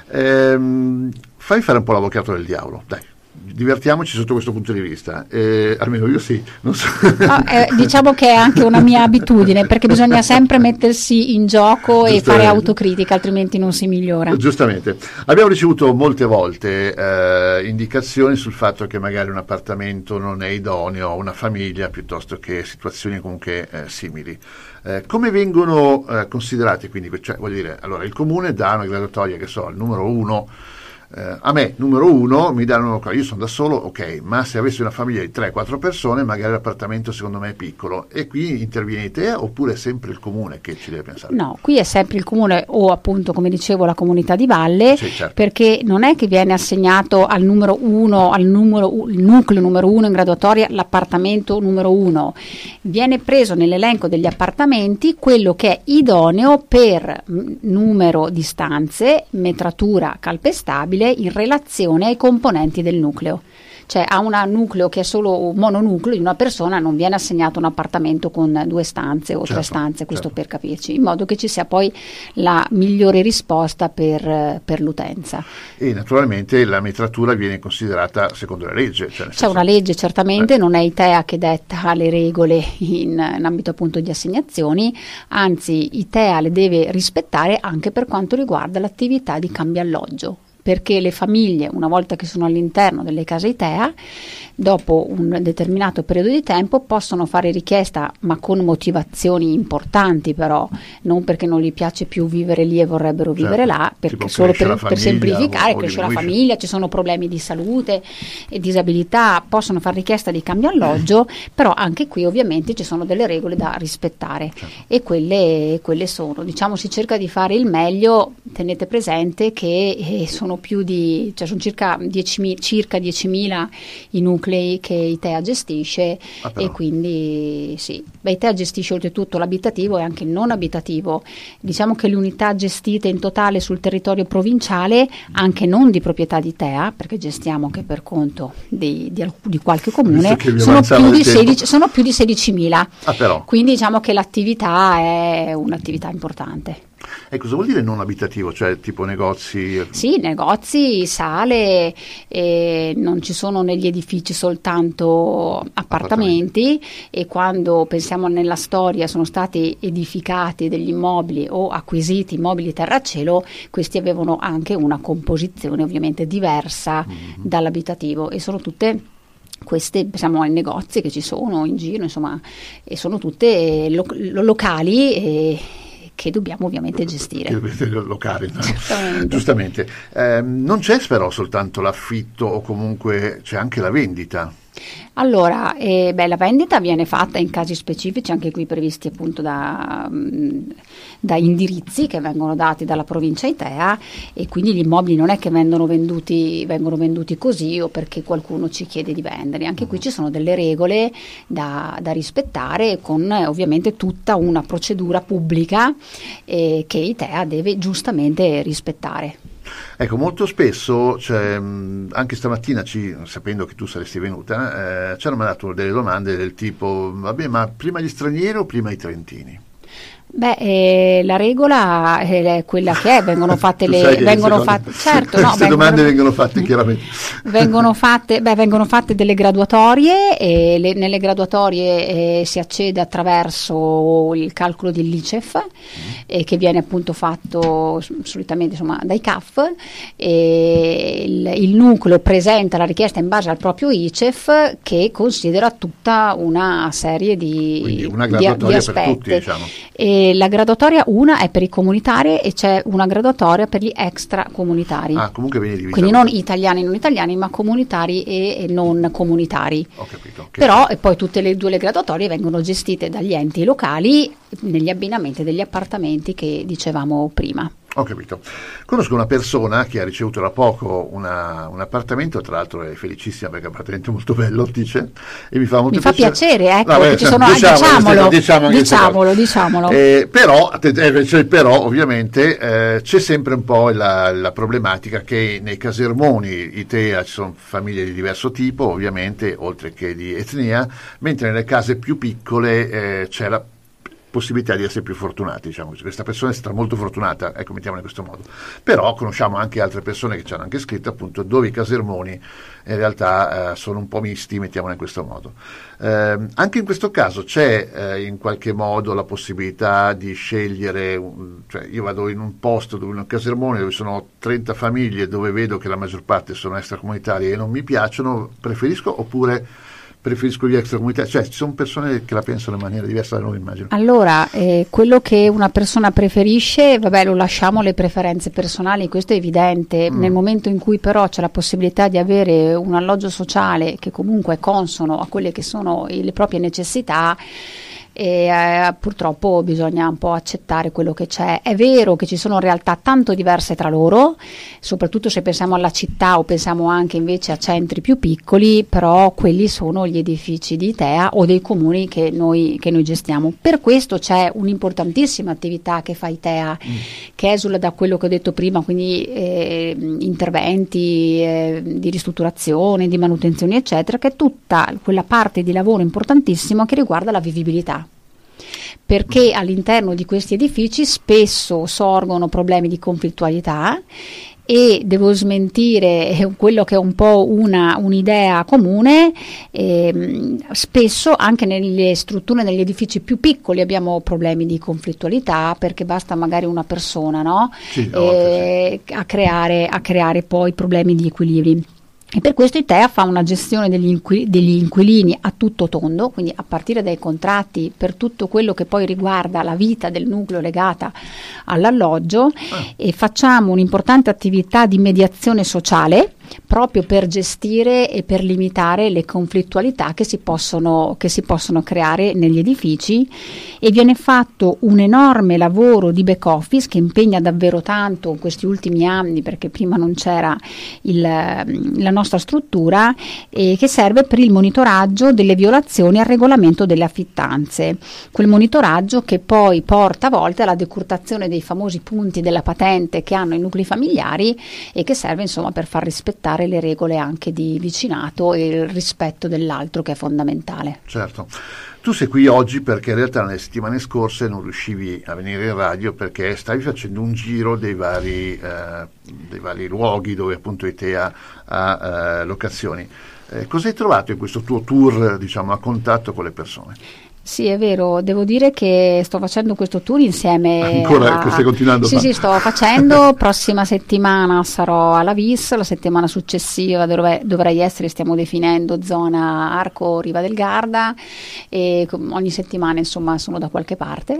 Fai fare un po' l'avvocato del diavolo, dai. Divertiamoci sotto questo punto di vista, almeno io sì, non so. Diciamo che è anche una mia abitudine, perché bisogna sempre mettersi in gioco e fare autocritica, altrimenti non si migliora. Giustamente. Abbiamo ricevuto molte volte indicazioni sul fatto che magari un appartamento non è idoneo a una famiglia, piuttosto che situazioni comunque simili. Come vengono considerati quindi, cioè, voglio dire, allora il comune dà una graduatoria, che so, al numero 1. A me numero 1 mi danno, io sono da solo, ok, ma se avessi una famiglia di 3-4 persone magari l'appartamento secondo me è piccolo, e qui interviene ITEA oppure è sempre il comune che ci deve pensare? No, qui è sempre il comune o appunto, come dicevo, la comunità di valle, perché non è che viene assegnato al numero 1, il nucleo numero 1 in graduatoria, l'appartamento numero 1, viene preso nell'elenco degli appartamenti quello che è idoneo per numero di stanze, metratura calpestabile in relazione ai componenti del nucleo. cioè a un nucleo che è solo un mononucleo di una persona non viene assegnato un appartamento con 2 stanze o 3 stanze, questo per capirci, in modo che ci sia poi la migliore risposta per l'utenza. E naturalmente la metratura viene considerata secondo la legge. C'è una legge, certamente, non è ITEA che detta le regole in ambito appunto di assegnazioni, anzi ITEA le deve rispettare anche per quanto riguarda l'attività di cambio alloggio, perché le famiglie, una volta che sono all'interno delle case ITEA, dopo un determinato periodo di tempo possono fare richiesta, ma con motivazioni importanti però, non perché non gli piace più vivere lì e vorrebbero vivere là, perché solo per semplificare, cresce la famiglia, ci sono problemi di salute e disabilità, possono fare richiesta di cambio alloggio, però anche qui ovviamente ci sono delle regole da rispettare, e quelle sono, diciamo, si cerca di fare il meglio. Tenete presente che sono sono circa 10.000 i nuclei che ITEA gestisce, e quindi sì, ITEA gestisce oltretutto l'abitativo e anche il non abitativo. Diciamo che le unità gestite in totale sul territorio provinciale, anche non di proprietà di ITEA, perché gestiamo anche per conto di qualche comune, sono più di 16.000. Quindi diciamo che l'attività è un'attività importante. E cosa vuol dire non abitativo? Cioè tipo negozi? Sì, negozi, sale, non ci sono negli edifici soltanto appartamenti, e quando pensiamo nella storia sono stati edificati degli immobili o acquisiti immobili terracielo, questi avevano anche una composizione ovviamente diversa dall'abitativo, e sono tutte queste, pensiamo ai negozi che ci sono in giro, insomma, e sono tutte locali che dobbiamo ovviamente gestire. Locali, no? Giustamente. Non c'è però soltanto l'affitto, o comunque c'è anche la vendita. Allora, la vendita viene fatta in casi specifici, anche qui previsti appunto da indirizzi che vengono dati dalla provincia ITEA, e quindi gli immobili non è che vengono venduti così o perché qualcuno ci chiede di venderli. Anche qui ci sono delle regole da rispettare, con ovviamente tutta una procedura pubblica che ITEA deve giustamente rispettare. Ecco, molto spesso, anche stamattina, sapendo che tu saresti venuta, ci hanno mandato delle domande del tipo: vabbè, ma prima gli stranieri o prima i trentini? La regola è quella che è, vengono fatte certo, no, queste domande vengono fatte chiaramente. Vengono fatte delle graduatorie, e nelle graduatorie si accede attraverso il calcolo dell'ICEF, che viene appunto fatto solitamente, insomma, dai CAF, e il nucleo presenta la richiesta in base al proprio ICEF, che considera tutta una serie Quindi una graduatoria di aspetti. Per tutti, diciamo. La graduatoria, una è per i comunitari, e c'è una graduatoria per gli extracomunitari. Comunque viene divisa. Quindi non italiani e non italiani, ma comunitari e non comunitari. Ho capito. Però poi tutte le graduatorie vengono gestite dagli enti locali negli abbinamenti degli appartamenti che dicevamo prima. Ho capito. Conosco una persona che ha ricevuto da poco un appartamento, tra l'altro è felicissima perché è un appartamento molto bello, dice, e mi fa molto piacere, ecco, no, che ci sono, diciamolo. Però ovviamente c'è sempre un po' la problematica che nei casermoni ITEA ci sono famiglie di diverso tipo, ovviamente, oltre che di etnia, mentre nelle case più piccole c'è la possibilità di essere più fortunati, diciamo. Questa persona è stata molto fortunata, ecco, mettiamola in questo modo. Però conosciamo anche altre persone che ci hanno anche scritto appunto dove i casermoni in realtà sono un po' misti, mettiamola in questo modo. Anche in questo caso c'è in qualche modo la possibilità di scegliere, cioè io vado in un posto, in un casermone dove sono 30 famiglie, dove vedo che la maggior parte sono extracomunitarie e non mi piacciono, preferisco gli extracomunitari, cioè ci sono persone che la pensano in maniera diversa da noi, immagino. Allora, quello che una persona preferisce, lo lasciamo alle preferenze personali, questo è evidente. Nel momento in cui però c'è la possibilità di avere un alloggio sociale che comunque è consono a quelle che sono le proprie necessità, e purtroppo bisogna un po' accettare quello che c'è. È vero che ci sono realtà tanto diverse tra loro, soprattutto se pensiamo alla città o pensiamo anche invece a centri più piccoli, però quelli sono gli edifici di ITEA o dei comuni che noi gestiamo. Per questo c'è un'importantissima attività che fa ITEA, che esula da quello che ho detto prima, quindi interventi di ristrutturazione, di manutenzione eccetera, che è tutta quella parte di lavoro importantissima che riguarda la vivibilità, perché all'interno di questi edifici spesso sorgono problemi di conflittualità e devo smentire quello che è un po' un'idea comune, spesso anche nelle strutture, negli edifici più piccoli abbiamo problemi di conflittualità, perché basta magari una persona, no? Sì, a creare poi problemi di equilibri. E per questo ITEA fa una gestione degli inquilini a tutto tondo, quindi a partire dai contratti per tutto quello che poi riguarda la vita del nucleo legata all'alloggio, e facciamo un'importante attività di mediazione sociale proprio per gestire e per limitare le conflittualità che si possono creare negli edifici, e viene fatto un enorme lavoro di back office che impegna davvero tanto in questi ultimi anni, perché prima non c'era la nostra struttura, e che serve per il monitoraggio delle violazioni al regolamento delle affittanze, quel monitoraggio che poi porta a volte alla decurtazione dei famosi punti della patente che hanno i nuclei familiari e che serve insomma per far rispettare le regole anche di vicinato e il rispetto dell'altro, che è fondamentale. Certo. Tu sei qui oggi perché in realtà nelle settimane scorse non riuscivi a venire in radio perché stavi facendo un giro dei vari luoghi dove appunto ITEA ha locazioni. Cosa hai trovato in questo tuo tour, diciamo, a contatto con le persone? Sì, è vero, devo dire che sto facendo questo tour insieme Ancora stai continuando? Sì, sto facendo, prossima settimana sarò alla Vis, la settimana successiva dovrei essere, stiamo definendo, zona Arco Riva del Garda, e ogni settimana insomma sono da qualche parte,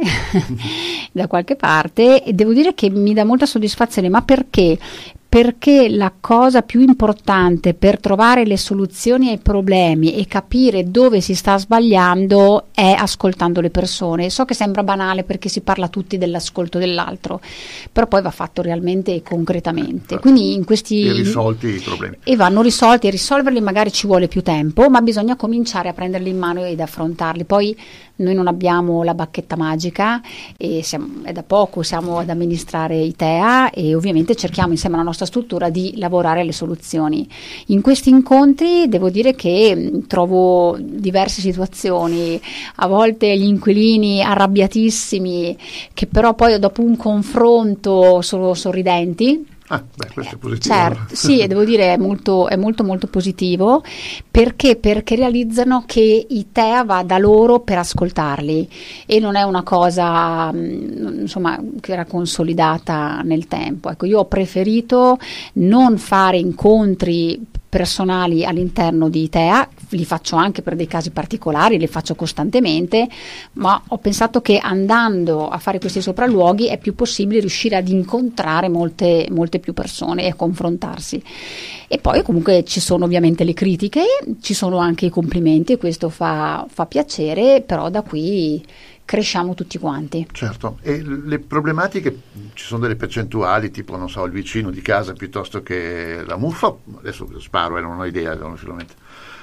e devo dire che mi dà molta soddisfazione, ma perché? Perché la cosa più importante per trovare le soluzioni ai problemi e capire dove si sta sbagliando è ascoltando le persone. So che sembra banale perché si parla tutti dell'ascolto dell'altro, però poi va fatto realmente e concretamente. Quindi in questi e risolti i problemi. E vanno risolti, e risolverli magari ci vuole più tempo, ma bisogna cominciare a prenderli in mano ed affrontarli. Poi noi non abbiamo la bacchetta magica e è da poco siamo ad amministrare ITEA, e ovviamente cerchiamo insieme alla nostra struttura di lavorare alle soluzioni. In questi incontri devo dire che trovo diverse situazioni, a volte gli inquilini arrabbiatissimi che però poi dopo un confronto sono sorridenti. Questo è positivo. Certo, sì, e devo dire è molto positivo, perché realizzano che ITEA va da loro per ascoltarli, e non è una cosa insomma che era consolidata nel tempo. Ecco, io ho preferito non fare incontri personali all'interno di ITEA, li faccio anche per dei casi particolari, li faccio costantemente, ma ho pensato che andando a fare questi sopralluoghi è più possibile riuscire ad incontrare molte più persone e a confrontarsi. E poi comunque ci sono ovviamente le critiche, ci sono anche i complimenti, e questo fa piacere, però da qui cresciamo tutti quanti. Certo, e le problematiche, ci sono delle percentuali, tipo non so, il vicino di casa piuttosto che la muffa, adesso sparo, non ho idea, sicuramente.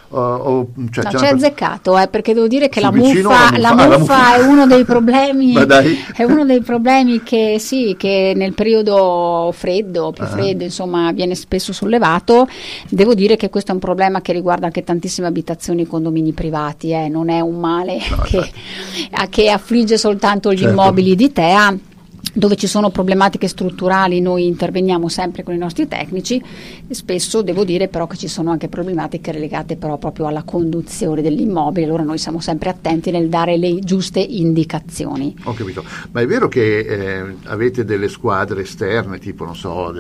C'è azzeccato, perché devo dire che la muffa è uno dei problemi è uno dei problemi che nel periodo freddo, più freddo, insomma, viene spesso sollevato. Devo dire che questo è un problema che riguarda anche tantissime abitazioni e condomini privati, non è un male che affligge soltanto gli immobili di ITEA. Dove ci sono problematiche strutturali noi interveniamo sempre con i nostri tecnici, e spesso devo dire però che ci sono anche problematiche legate però proprio alla conduzione dell'immobile, allora noi siamo sempre attenti nel dare le giuste indicazioni. Ho capito, ma è vero che avete delle squadre esterne, tipo non so,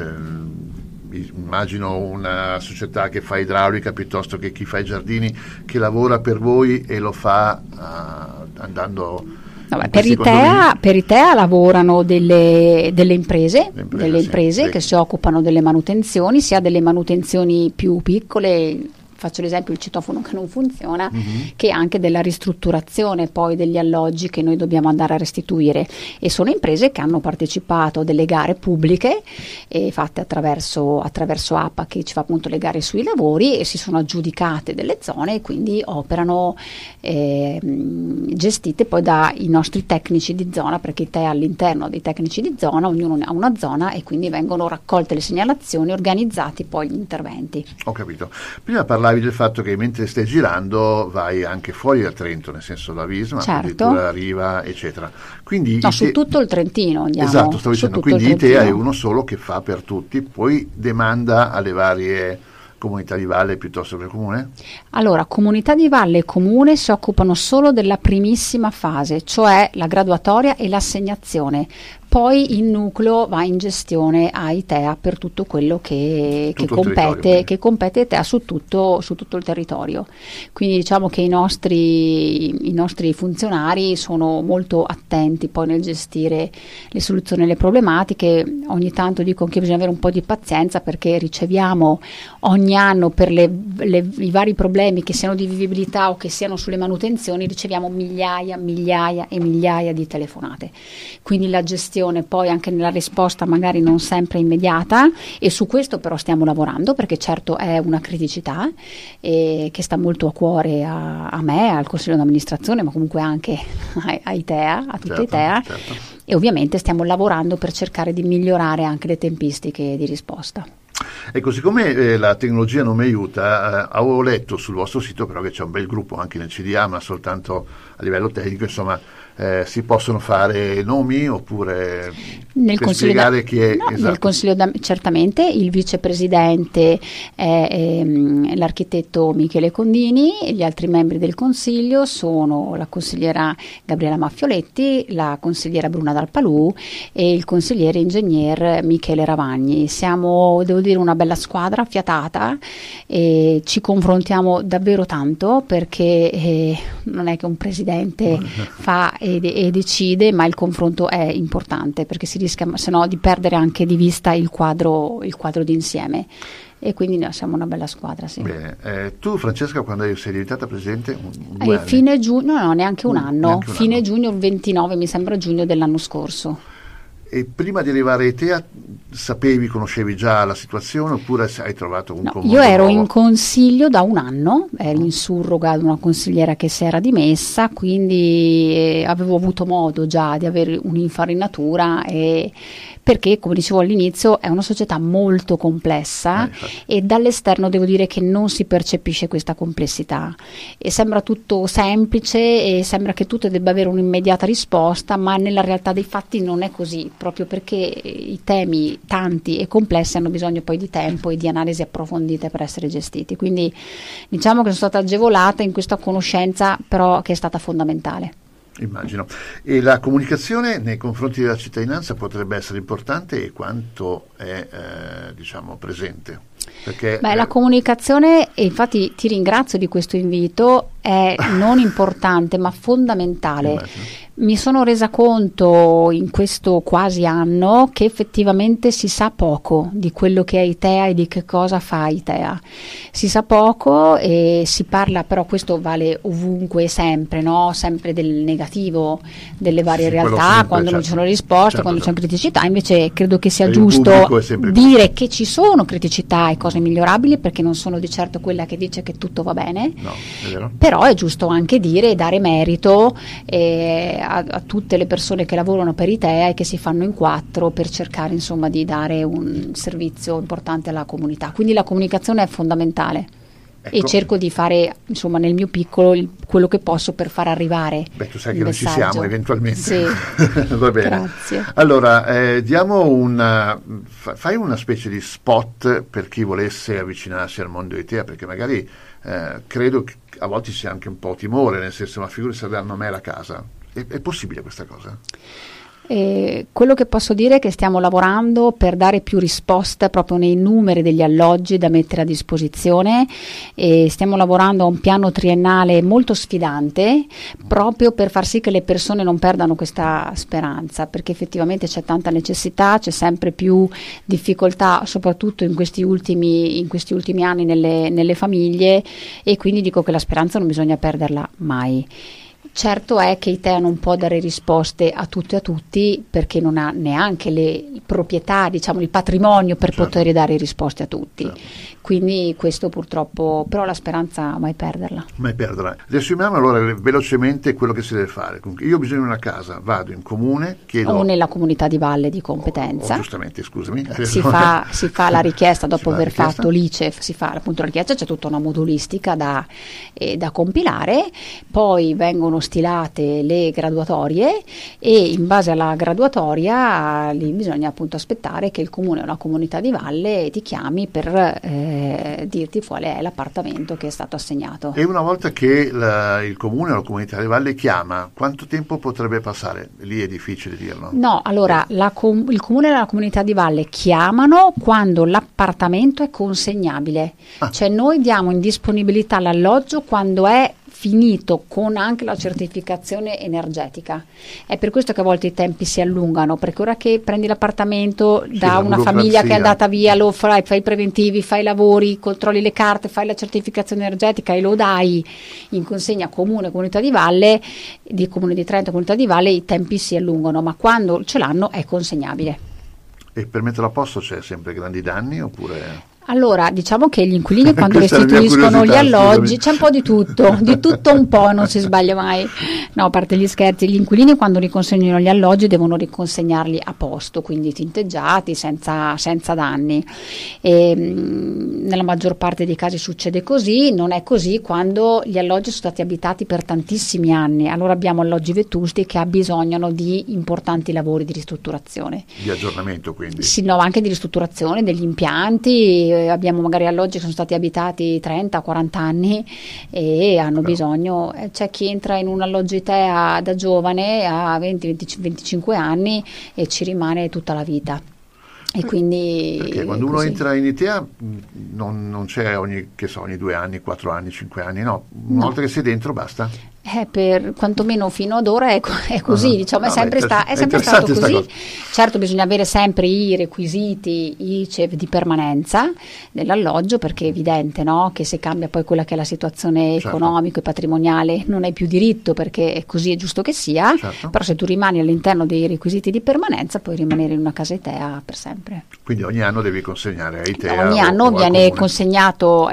immagino una società che fa idraulica piuttosto che chi fa i giardini, che lavora per voi e lo fa andando... Per ITEA lavorano delle imprese che si occupano delle manutenzioni, sia delle manutenzioni più piccole, faccio l'esempio il citofono che non funziona, che anche della ristrutturazione poi degli alloggi che noi dobbiamo andare a restituire, e sono imprese che hanno partecipato a delle gare pubbliche fatte attraverso APA, che ci fa appunto le gare sui lavori, e si sono aggiudicate delle zone e quindi operano gestite poi dai nostri tecnici di zona, perché ITEA all'interno dei tecnici di zona, ognuno ha una zona e quindi vengono raccolte le segnalazioni, organizzati poi gli interventi. Ho capito. Prima parlavi del fatto che mentre stai girando vai anche fuori da Trento, nel senso la Visma, addirittura Riva, eccetera. Quindi su tutto il Trentino andiamo. Esatto, stavo dicendo, quindi ITEA è uno solo che fa per tutti, poi demanda alle varie comunità di valle piuttosto che comune? Allora, comunità di valle e comune si occupano solo della primissima fase, cioè la graduatoria e l'assegnazione. Poi il nucleo va in gestione a ITEA per tutto quello che compete ITEA su tutto il territorio. Quindi diciamo che i nostri funzionari sono molto attenti poi nel gestire le soluzioni alle problematiche. Ogni tanto dico che bisogna avere un po' di pazienza, perché riceviamo ogni anno per i vari problemi, che siano di vivibilità o che siano sulle manutenzioni, riceviamo migliaia e migliaia di telefonate. Quindi la gestione poi anche nella risposta magari non sempre immediata, e su questo però stiamo lavorando, perché certo è una criticità che sta molto a cuore a me, al consiglio di amministrazione, ma comunque anche a ITEA, a tutta ITEA, e ovviamente stiamo lavorando per cercare di migliorare anche le tempistiche di risposta. Ecco, siccome la tecnologia non mi aiuta, avevo letto sul vostro sito però che c'è un bel gruppo anche nel CDA, ma soltanto a livello tecnico, insomma, si possono fare nomi oppure nel per spiegare chi è? No, esatto. Nel consiglio certamente il vicepresidente è l'architetto Michele Condini, e gli altri membri del consiglio sono la consigliera Gabriela Maffioletti, la consigliera Bruna Dalpalù e il consigliere ingegner Michele Ravagni. Siamo, devo dire, una bella squadra affiatata, e ci confrontiamo davvero tanto, perché non è che un presidente fa e decide, ma il confronto è importante, perché si rischia se no di perdere anche di vista il quadro d'insieme, e quindi noi siamo una bella squadra. Sì. Bene, tu Francesca, quando sei diventata presidente? Fine giugno, no, neanche un anno, fine giugno, 29 mi sembra, giugno dell'anno scorso. E prima di arrivare a ITEA conoscevi già la situazione, oppure hai trovato un io ero in consiglio da un anno, ero in surroga ad una consigliera che si era dimessa, quindi avevo avuto modo già di avere un'infarinatura, perché, come dicevo all'inizio, è una società molto complessa, e dall'esterno devo dire che non si percepisce questa complessità, e sembra tutto semplice e sembra che tutto debba avere un'immediata risposta, ma nella realtà dei fatti non è così, proprio perché i temi tanti e complessi hanno bisogno poi di tempo e di analisi approfondite per essere gestiti. Quindi diciamo che sono stata agevolata in questa conoscenza, però che è stata fondamentale. Immagino. E la comunicazione nei confronti della cittadinanza potrebbe essere importante, e quanto è presente? Perché, la comunicazione, e infatti ti ringrazio di questo invito, è non importante ma fondamentale. Immagino. Mi sono resa conto in questo quasi anno che effettivamente si sa poco di quello che è ITEA e di che cosa fa ITEA. Si sa poco e si parla, però questo vale ovunque, sempre, no? Sempre del negativo delle varie realtà, quando non ci sono risposte, quando c'è criticità. Invece credo che sia giusto dire che ci sono criticità e cose migliorabili, perché non sono di certo quella che dice che tutto va bene. No, è vero. Però è giusto anche dire e dare merito a tutte le persone che lavorano per ITEA e che si fanno in quattro per cercare, insomma, di dare un servizio importante alla comunità. Quindi la comunicazione è fondamentale. Ecco. E cerco di fare, insomma, nel mio piccolo quello che posso per far arrivare. Tu sai che noi ci siamo eventualmente. Sì. Va bene. Grazie. Allora, fai una specie di spot per chi volesse avvicinarsi al mondo ITEA, perché magari credo che a volte sia anche un po' timore, nel senso, ma figurati se danno a me la casa. È possibile questa cosa? Quello che posso dire è che stiamo lavorando per dare più risposte proprio nei numeri degli alloggi da mettere a disposizione, e stiamo lavorando a un piano triennale molto sfidante proprio per far sì che le persone non perdano questa speranza, perché effettivamente c'è tanta necessità, c'è sempre più difficoltà, soprattutto in questi ultimi anni nelle famiglie, e quindi dico che la speranza non bisogna perderla mai. Certo è che ITEA non può dare risposte a tutto e a tutti, perché non ha neanche le proprietà, diciamo il patrimonio per poter dare risposte a tutti. Quindi questo purtroppo, però la speranza mai perderla. Mai perderla. Riassumiamo allora velocemente quello che si deve fare. Io ho bisogno di una casa, vado in comune, chiedo... O nella comunità di valle di competenza. Giustamente, scusami. Si fa la richiesta dopo aver fatto l'ICEF, si fa appunto la richiesta, c'è tutta una modulistica da compilare, poi vengono stilate le graduatorie, e in base alla graduatoria lì bisogna appunto aspettare che il comune o la comunità di valle ti chiami per dirti qual è l'appartamento che è stato assegnato. E una volta che il comune o la comunità di valle chiama, quanto tempo potrebbe passare? Lì è difficile dirlo. No, allora il comune e la comunità di valle chiamano quando l'appartamento è consegnabile, cioè noi diamo in disponibilità l'alloggio quando è finito, con anche la certificazione energetica. È per questo che a volte i tempi si allungano, perché ora che prendi l'appartamento da una famiglia che è andata via, lo fai i preventivi, fai i lavori, controlli le carte, fai la certificazione energetica e lo dai in consegna comune, comunità di valle, di Comune di Trento, comunità di valle, i tempi si allungano, ma quando ce l'hanno è consegnabile. E per metterlo a posto c'è sempre grandi danni oppure... Allora, diciamo che gli inquilini quando restituiscono gli alloggi, c'è un po' di tutto un po', non si sbaglia mai. No, a parte gli scherzi, gli inquilini quando riconsegnano gli alloggi devono riconsegnarli a posto, quindi tinteggiati, senza danni. Nella maggior parte dei casi succede così, non è così quando gli alloggi sono stati abitati per tantissimi anni. Allora abbiamo alloggi vetusti che abbisognano di importanti lavori di ristrutturazione. Di aggiornamento quindi? Sì, no, anche di ristrutturazione degli impianti. Abbiamo magari alloggi che sono stati abitati 30-40 anni e hanno bisogno, c'è chi entra in un alloggio ITEA da giovane a 20-25 anni e ci rimane tutta la vita. E quindi perché quando uno entra in ITEA non c'è ogni 2 anni, 4 anni, 5 anni, no, una volta che sei dentro basta. Per quantomeno fino ad ora è così, diciamo, è sempre stato così. Certo bisogna avere sempre i requisiti ICEV di permanenza dell'alloggio, perché è evidente, no, che se cambia poi quella che è la situazione economica e patrimoniale non hai più diritto, perché è così, è giusto che sia, però se tu rimani all'interno dei requisiti di permanenza puoi rimanere in una casa ITEA per sempre. Quindi ogni anno devi consegnare a ITEA? Ogni anno viene consegnato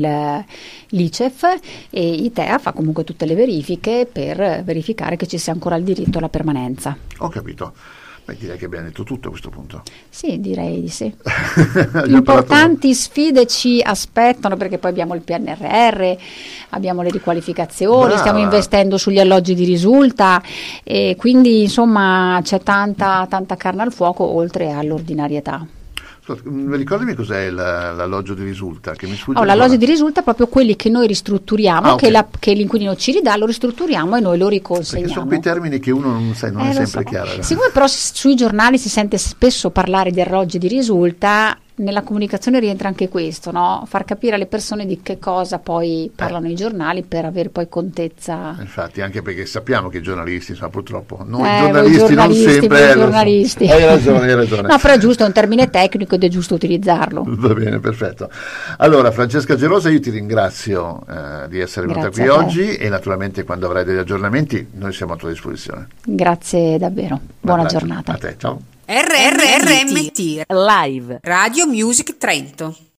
l'ICEF e ITEA fa comunque tutte le verifiche per verificare che ci sia ancora il diritto alla permanenza. Ho capito. Beh, direi che abbiamo detto tutto a questo punto. Sì, direi di sì. Importanti sfide ci aspettano, perché poi abbiamo il PNRR, abbiamo le riqualificazioni, stiamo investendo sugli alloggi di risulta, e quindi insomma c'è tanta carne al fuoco oltre all'ordinarietà. Ricordami cos'è l'alloggio di risulta, che mi sfugge. L'alloggio di risulta è proprio quelli che noi ristrutturiamo, che l'inquilino ci ridà, lo ristrutturiamo e noi lo riconsegniamo. Perché sono quei termini che uno non è sempre chiaro. Siccome però sui giornali si sente spesso parlare di alloggi di risulta, nella comunicazione rientra anche questo, no? Far capire alle persone di che cosa poi parlano i giornali per avere poi contezza. Infatti, anche perché sappiamo che i giornalisti, insomma, purtroppo noi giornalisti non sempre giornalisti. Hai ragione. No, però è giusto, è un termine tecnico ed è giusto utilizzarlo. Va bene, perfetto. Allora, Francesca Gerosa, io ti ringrazio di essere venuta qui oggi, e naturalmente quando avrai degli aggiornamenti noi siamo a tua disposizione. Grazie davvero. Buona giornata. A te, ciao. RRMT Live Radio Music Trento.